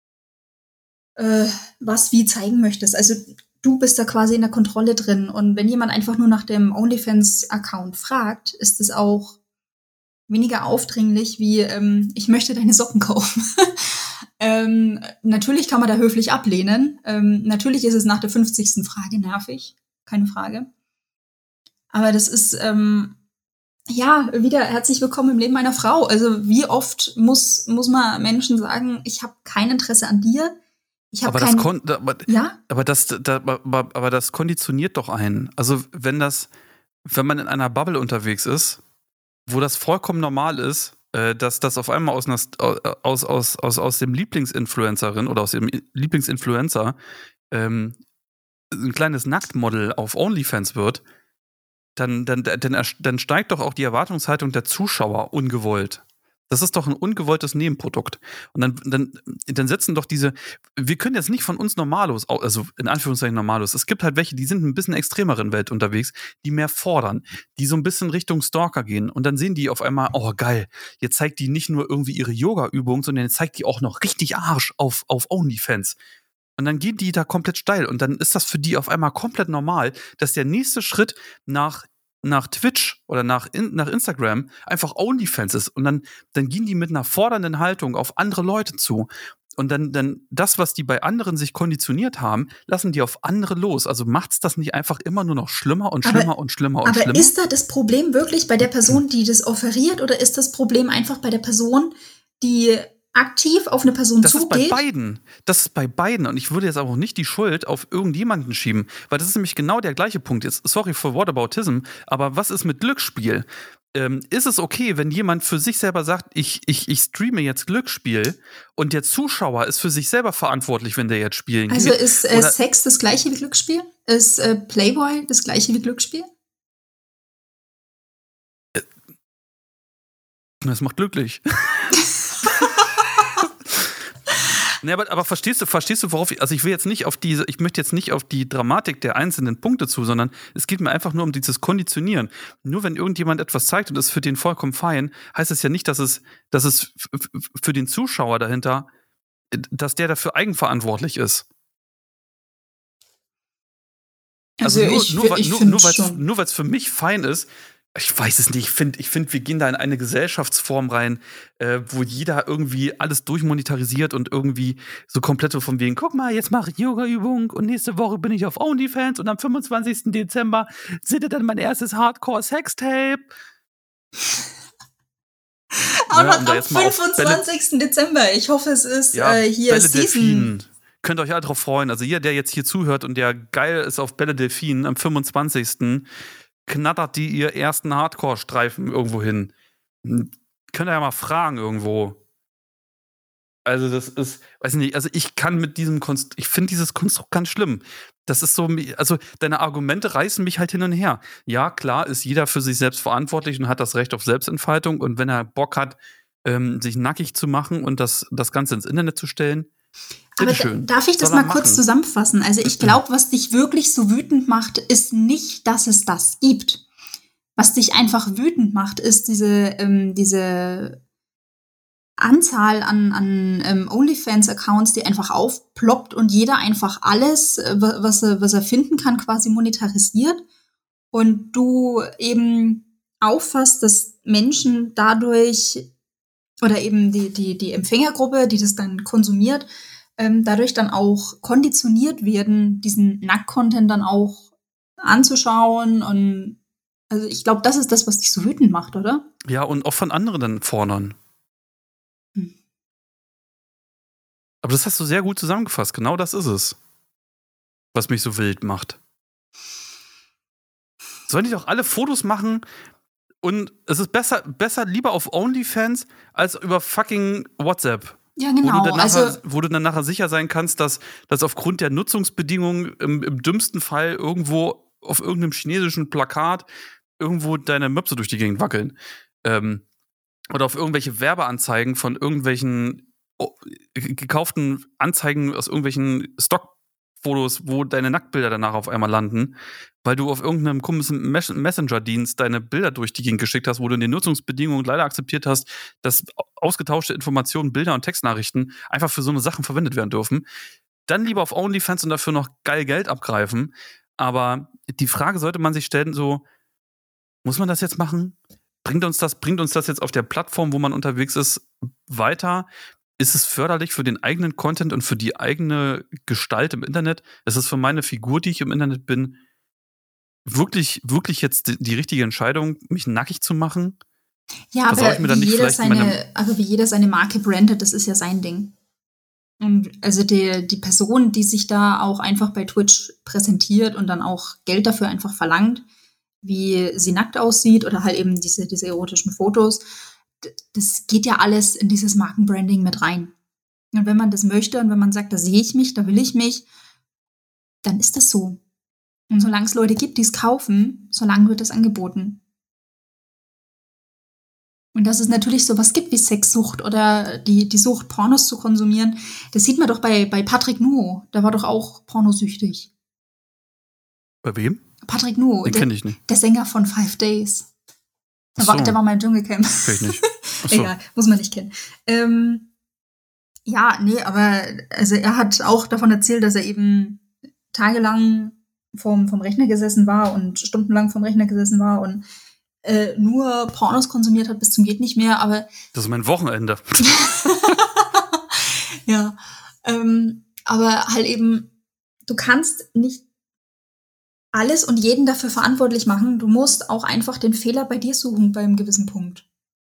was wie zeigen möchtest. Also du bist da quasi in der Kontrolle drin. Und wenn jemand einfach nur nach dem OnlyFans-Account fragt, ist es auch weniger aufdringlich wie, ich möchte deine Socken kaufen. Natürlich kann man da höflich ablehnen. Natürlich ist es nach der 50. Frage nervig. Keine Frage. Aber das ist, wieder herzlich willkommen im Leben meiner Frau. Also wie oft muss man Menschen sagen, ich habe kein Interesse an dir. Ich habe aber das konditioniert doch einen. Also wenn man in einer Bubble unterwegs ist, wo das vollkommen normal ist, dass das auf einmal aus dem Lieblingsinfluencerin oder aus dem Lieblingsinfluencer ein kleines Nacktmodel auf OnlyFans wird, dann steigt doch auch die Erwartungshaltung der Zuschauer ungewollt. Das ist doch ein ungewolltes Nebenprodukt. Und dann setzen doch wir können jetzt nicht von uns Normalos, also in Anführungszeichen Normalos, es gibt halt welche, die sind ein bisschen extremeren Welt unterwegs, die mehr fordern, die so ein bisschen Richtung Stalker gehen. Und dann sehen die auf einmal, oh geil, jetzt zeigt die nicht nur irgendwie ihre Yoga-Übung, sondern jetzt zeigt die auch noch richtig Arsch auf OnlyFans. Und dann gehen die da komplett steil. Und dann ist das für die auf einmal komplett normal, dass der nächste Schritt nach Twitch oder nach Instagram einfach OnlyFans ist. Und dann gehen die mit einer fordernden Haltung auf andere Leute zu. Und dann das, was die bei anderen sich konditioniert haben, lassen die auf andere los. Also macht's das nicht einfach immer nur noch schlimmer und schlimmer und schlimmer und schlimmer? Aber ist da das Problem wirklich bei der Person, die das offeriert, oder ist das Problem einfach bei der Person, die aktiv auf eine Person zugeht? Das ist bei beiden. Und ich würde jetzt auch nicht die Schuld auf irgendjemanden schieben, weil das ist nämlich genau der gleiche Punkt. Jetzt, sorry for whataboutism, aber was ist mit Glücksspiel? Ist es okay, wenn jemand für sich selber sagt, ich streame jetzt Glücksspiel und der Zuschauer ist für sich selber verantwortlich, wenn der jetzt spielen geht? Also ist Sex das gleiche wie Glücksspiel? Ist Playboy das gleiche wie Glücksspiel? Das macht glücklich. Nee, aber verstehst du, worauf ich will jetzt nicht ich möchte jetzt nicht auf die Dramatik der einzelnen Punkte zu, sondern es geht mir einfach nur um dieses Konditionieren. Nur wenn irgendjemand etwas zeigt und es ist für den vollkommen fein, heißt es ja nicht, dass es für den Zuschauer dahinter, dass der dafür eigenverantwortlich ist. Also nur weil es für mich fein ist, ich weiß es nicht, ich finde, wir gehen da in eine Gesellschaftsform rein, wo jeder irgendwie alles durchmonetarisiert und irgendwie so komplett so von wegen, guck mal, jetzt mache ich Yoga-Übung und nächste Woche bin ich auf OnlyFans und am 25. Dezember seht ihr dann mein erstes Hardcore-Sextape. Aber am 25. Dezember, ich hoffe, es ist hier Bälle Season. Delfin. Könnt ihr euch alle drauf freuen. Also jeder, der jetzt hier zuhört und der geil ist auf Bälle Delfin am 25. knattert die ihr ersten Hardcore-Streifen irgendwo hin. Könnt ihr ja mal fragen irgendwo. Also das ist, weiß nicht, also ich kann mit diesem Konstrukt, ich finde dieses Konstrukt ganz schlimm. Das ist so, also deine Argumente reißen mich halt hin und her. Ja, klar, ist jeder für sich selbst verantwortlich und hat das Recht auf Selbstentfaltung. Und wenn er Bock hat, sich nackig zu machen und das Ganze ins Internet zu stellen, aber darf ich das mal kurz zusammenfassen? Also ich glaube, was dich wirklich so wütend macht, ist nicht, dass es das gibt. Was dich einfach wütend macht, ist diese Anzahl an OnlyFans-Accounts, die einfach aufploppt und jeder einfach alles, was er finden kann, quasi monetarisiert. Und du eben auffasst, dass Menschen dadurch oder eben die Empfängergruppe, die das dann konsumiert, dadurch dann auch konditioniert werden, diesen Nackt-Content dann auch anzuschauen. Und also ich glaube, das ist das, was dich so wütend macht, oder? Ja, und auch von anderen dann fordern. Aber das hast du sehr gut zusammengefasst. Genau das ist es, was mich so wild macht. Sollen die doch alle Fotos machen und es ist besser lieber auf OnlyFans als über fucking WhatsApp. Ja, genau. Wo du dann nachher sicher sein kannst, dass aufgrund der Nutzungsbedingungen im dümmsten Fall irgendwo auf irgendeinem chinesischen Plakat irgendwo deine Möpse durch die Gegend wackeln. Oder auf irgendwelche Werbeanzeigen von irgendwelchen gekauften Anzeigen aus irgendwelchen Stockfotos, wo deine Nacktbilder danach auf einmal landen. weil du auf irgendeinem komischen Messenger-Dienst deine Bilder durch die Gegend geschickt hast, wo du in den Nutzungsbedingungen leider akzeptiert hast, dass ausgetauschte Informationen, Bilder und Textnachrichten einfach für so eine Sachen verwendet werden dürfen, dann lieber auf OnlyFans und dafür noch geil Geld abgreifen. Aber die Frage sollte man sich stellen, so, muss man das jetzt machen? Bringt uns das jetzt auf der Plattform, wo man unterwegs ist, weiter? Ist es förderlich für den eigenen Content und für die eigene Gestalt im Internet? Ist es für meine Figur, die ich im Internet bin, wirklich jetzt die richtige Entscheidung, mich nackig zu machen? Ja, aber wie jeder seine Marke brandet, das ist ja sein Ding. Und also die Person, die sich da auch einfach bei Twitch präsentiert und dann auch Geld dafür einfach verlangt, wie sie nackt aussieht oder halt eben diese erotischen Fotos, das geht ja alles in dieses Markenbranding mit rein. Und wenn man das möchte und wenn man sagt, da sehe ich mich, da will ich mich, dann ist das so. Und solange es Leute gibt, die es kaufen, solange wird das angeboten. Und dass es natürlich sowas gibt wie Sexsucht oder die Sucht, Pornos zu konsumieren, das sieht man doch bei Patrick Nuo. Der war doch auch pornosüchtig. Bei wem? Patrick Nuo. Den kenne ich nicht. Der Sänger von 5 Days. Der war mal im Dschungelcamp. Kenn ich nicht. Egal, muss man nicht kennen. Aber also er hat auch davon erzählt, dass er eben tagelang vom Rechner gesessen war und stundenlang vom Rechner gesessen war und nur Pornos konsumiert hat bis zum geht nicht mehr, aber das ist mein Wochenende. Ja, aber halt eben, du kannst nicht alles und jeden dafür verantwortlich machen. Du musst auch einfach den Fehler bei dir suchen, bei einem gewissen Punkt.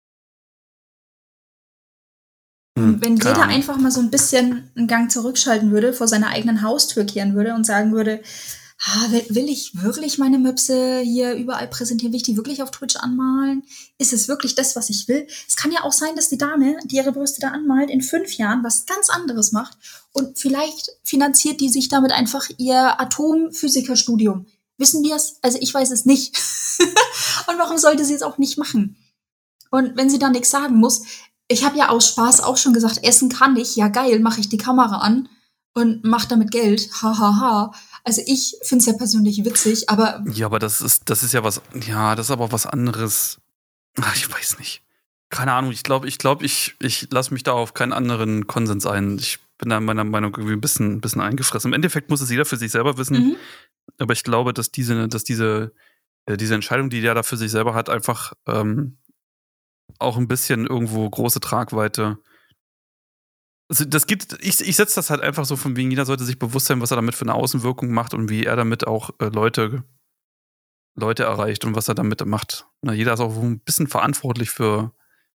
Und wenn jeder einfach mal so ein bisschen einen Gang zurückschalten würde, vor seiner eigenen Haustür kehren würde und sagen würde, will ich wirklich meine Möpse hier überall präsentieren? Will ich die wirklich auf Twitch anmalen? Ist es wirklich das, was ich will? Es kann ja auch sein, dass die Dame, die ihre Brüste da anmalt, in 5 Jahren was ganz anderes macht. Und vielleicht finanziert die sich damit einfach ihr Atomphysikerstudium. Wissen wir es? Also ich weiß es nicht. Und warum sollte sie es auch nicht machen? Und wenn sie dann nichts sagen muss, ich habe ja aus Spaß auch schon gesagt, essen kann ich, ja geil, mache ich die Kamera an und mache damit Geld. Ha. Also ich finde es ja persönlich witzig, aber... Ja, aber das ist ja was... Ja, das ist aber was anderes. Ach, ich weiß nicht. Keine Ahnung, ich glaube, ich lasse mich da auf keinen anderen Konsens ein. Ich bin da in meiner Meinung irgendwie ein bisschen eingefressen. Im Endeffekt muss es jeder für sich selber wissen. Aber ich glaube, dass diese Entscheidung, die der da für sich selber hat, einfach auch ein bisschen irgendwo große Tragweite. Also ich setze das halt einfach so von wegen, jeder sollte sich bewusst sein, was er damit für eine Außenwirkung macht und wie er damit auch Leute erreicht und was er damit macht. Na, jeder ist auch ein bisschen verantwortlich für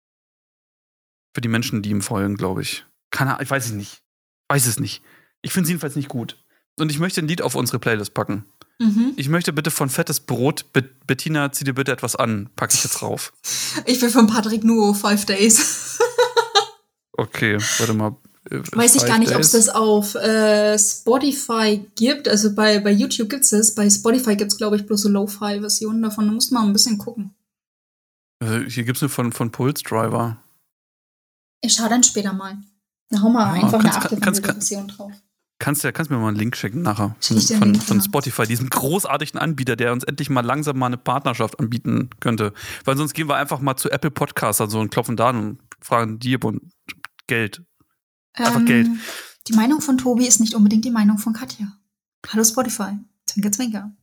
die Menschen, die ihm folgen, glaube ich. Keine Ahnung, ich weiß es nicht. Weiß es nicht. Ich finde es jedenfalls nicht gut. Und ich möchte ein Lied auf unsere Playlist packen. Ich möchte bitte von Fettes Brot, Bettina, zieh dir bitte etwas an, packe ich jetzt rauf. Ich will von Patrick Nuo 5 Days. Okay, warte mal. Weiß ich gar nicht, ob es das auf Spotify gibt. Also bei YouTube gibt es das. Bei Spotify gibt es, glaube ich, bloß so Lo-Fi-Versionen davon. Da muss man ein bisschen gucken. Hier gibt es eine von Pulse Driver. Ich schau dann später mal. Da hauen wir einfach eine 8-Version drauf. Kannst mir mal einen Link schicken nachher von Spotify, diesem großartigen Anbieter, der uns endlich mal langsam mal eine Partnerschaft anbieten könnte. Weil sonst gehen wir einfach mal zu Apple Podcasts also und klopfen da an und fragen die und Geld. Einfach Geld. Die Meinung von Tobi ist nicht unbedingt die Meinung von Katja. Hallo Spotify. Zwinker, zwinker.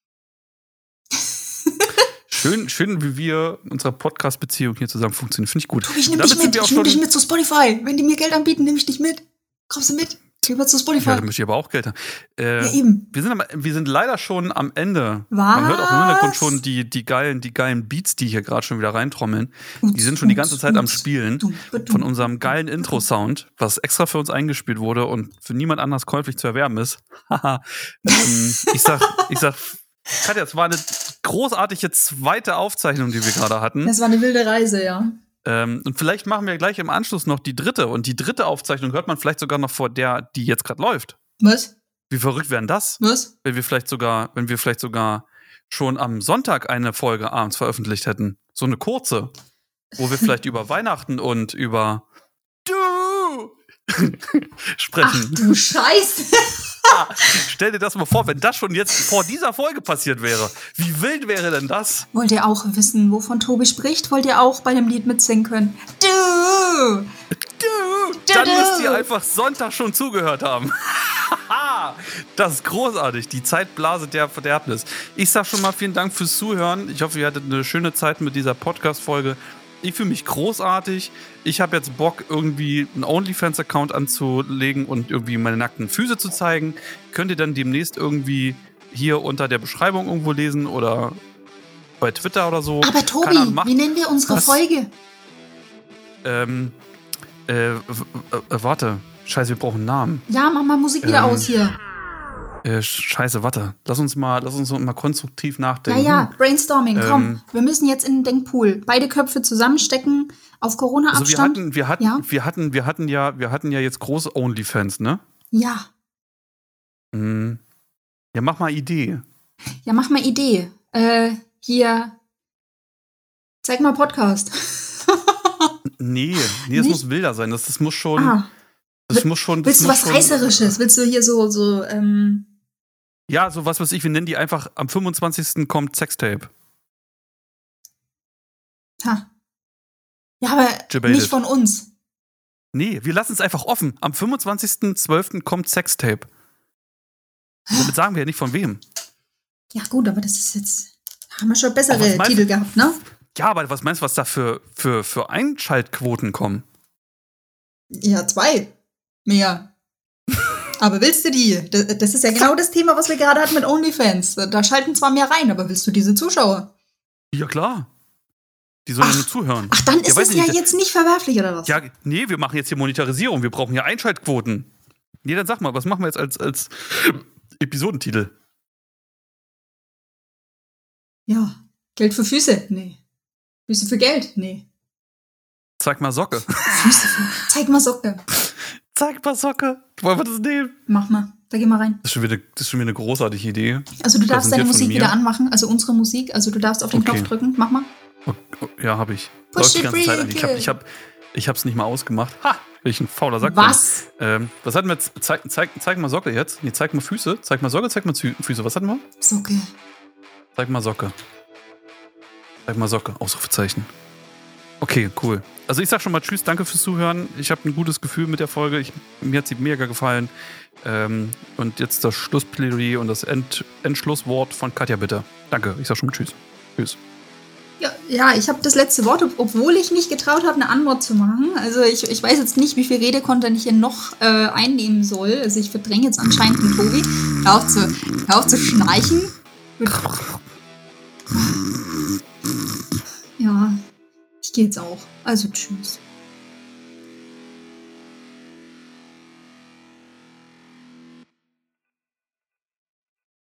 Schön, wie wir in unserer Podcast-Beziehung hier zusammen funktionieren. Finde ich gut. Tobi, ich nehme dich mit zu Spotify. Wenn die mir Geld anbieten, nehme ich dich mit. Kommst du mit? Lieber zu Spotify. Ja, dann möchte ich aber auch Geld haben. Ja, eben. Wir sind leider schon am Ende. Was? Man hört auch im Hintergrund schon die geilen Beats, die hier gerade schon wieder reintrommeln. Die sind schon die ganze Zeit am Spielen. Von unserem geilen Intro-Sound, was extra für uns eingespielt wurde und für niemand anders käuflich zu erwerben ist. Ich sag, Katja, es war eine großartige zweite Aufzeichnung, die wir gerade hatten. Das war eine wilde Reise, ja. Und vielleicht machen wir gleich im Anschluss noch die dritte. Und die dritte Aufzeichnung hört man vielleicht sogar noch vor der, die jetzt gerade läuft. Was? Wie verrückt wäre denn das? Was? Wenn wir vielleicht sogar schon am Sonntag eine Folge abends veröffentlicht hätten. So eine kurze. Wo wir vielleicht über Weihnachten und über du sprechen. Ach du Scheiße. Stell dir das mal vor, wenn das schon jetzt vor dieser Folge passiert wäre. Wie wild wäre denn das? Wollt ihr auch wissen, wovon Tobi spricht? Wollt ihr auch bei dem Lied mitsingen können? Du! Dann müsst ihr einfach Sonntag schon zugehört haben. Das ist großartig. Die Zeitblase der Verderbnis. Ich sag schon mal vielen Dank fürs Zuhören. Ich hoffe, ihr hattet eine schöne Zeit mit dieser Podcast-Folge. Ich fühle mich großartig. Ich habe jetzt Bock, irgendwie einen OnlyFans-Account anzulegen und irgendwie meine nackten Füße zu zeigen. Könnt ihr dann demnächst irgendwie hier unter der Beschreibung irgendwo lesen oder bei Twitter oder so. Aber Tobi, wie nennen wir unsere Folge? Warte. Scheiße, wir brauchen einen Namen. Ja, mach mal Musik wieder aus hier. Scheiße, warte. Lass uns mal konstruktiv nachdenken. Ja, Brainstorming, komm. Wir müssen jetzt in den Denkpool. Beide Köpfe zusammenstecken, auf Corona-Abstand. Also wir hatten ja jetzt große OnlyFans, ne? Ja. Ja, mach mal Idee. Hier. Zeig mal Podcast. Nee, das muss wilder sein. Das muss schon. Willst du was Reißerisches? Willst du hier so Ja, so was weiß ich, wir nennen die einfach, am 25. kommt Sextape. Ha. Ja, aber Debated. Nicht von uns. Nee, wir lassen es einfach offen. Am 25.12. kommt Sextape. Damit sagen wir ja nicht von wem. Ja gut, aber das ist jetzt, haben wir schon bessere Titel gehabt, ne? Ja, aber was meinst du, was da für Einschaltquoten kommen? Ja, 2. Mehr. Aber willst du die? Das ist ja genau das Thema, was wir gerade hatten mit OnlyFans. Da schalten zwar mehr rein, aber willst du diese Zuschauer? Ja, klar. Die sollen ja nur zuhören. Ach, dann ist es ja jetzt nicht verwerflich, oder was? Ja, nee, wir machen jetzt hier Monetarisierung. Wir brauchen ja Einschaltquoten. Nee, dann sag mal, was machen wir jetzt als Episodentitel? Ja, Geld für Füße? Nee. Füße für Geld? Nee. Zeig mal Socke. Zeig mal Socke. Zeig mal Socke. Wollen wir das nehmen? Mach mal. Da geh mal rein. Das ist schon wieder eine großartige Idee. Also du darfst deine Musik wieder anmachen, also unsere Musik. Also du darfst auf den Knopf drücken. Mach mal. Ja, hab ich. Push die ganze Zeit an. Ich hab's nicht mal ausgemacht. Ha! Welch ein fauler Sack. Was? Was hatten wir jetzt? Zeig mal Socke jetzt. Nee, zeig mal Füße. Zeig mal Socke, zeig mal Füße. Was hatten wir? Socke. Zeig mal Socke. Zeig mal Socke. Ausrufezeichen. Okay, cool. Also ich sag schon mal Tschüss, danke fürs Zuhören. Ich habe ein gutes Gefühl mit der Folge. Mir hat sie mega gefallen. Und jetzt das Schlussplädoyer und das Endschlusswort von Katja, bitte. Danke, ich sag schon mal Tschüss. Tschüss. Ja, ich habe das letzte Wort, obwohl ich mich getraut habe, eine Antwort zu machen. Also ich weiß jetzt nicht, wie viel Redekontent ich hier noch einnehmen soll. Also ich verdränge jetzt anscheinend den Tobi. Hör auf zu schnarchen. Ja, ich gehe jetzt auch. Also tschüss.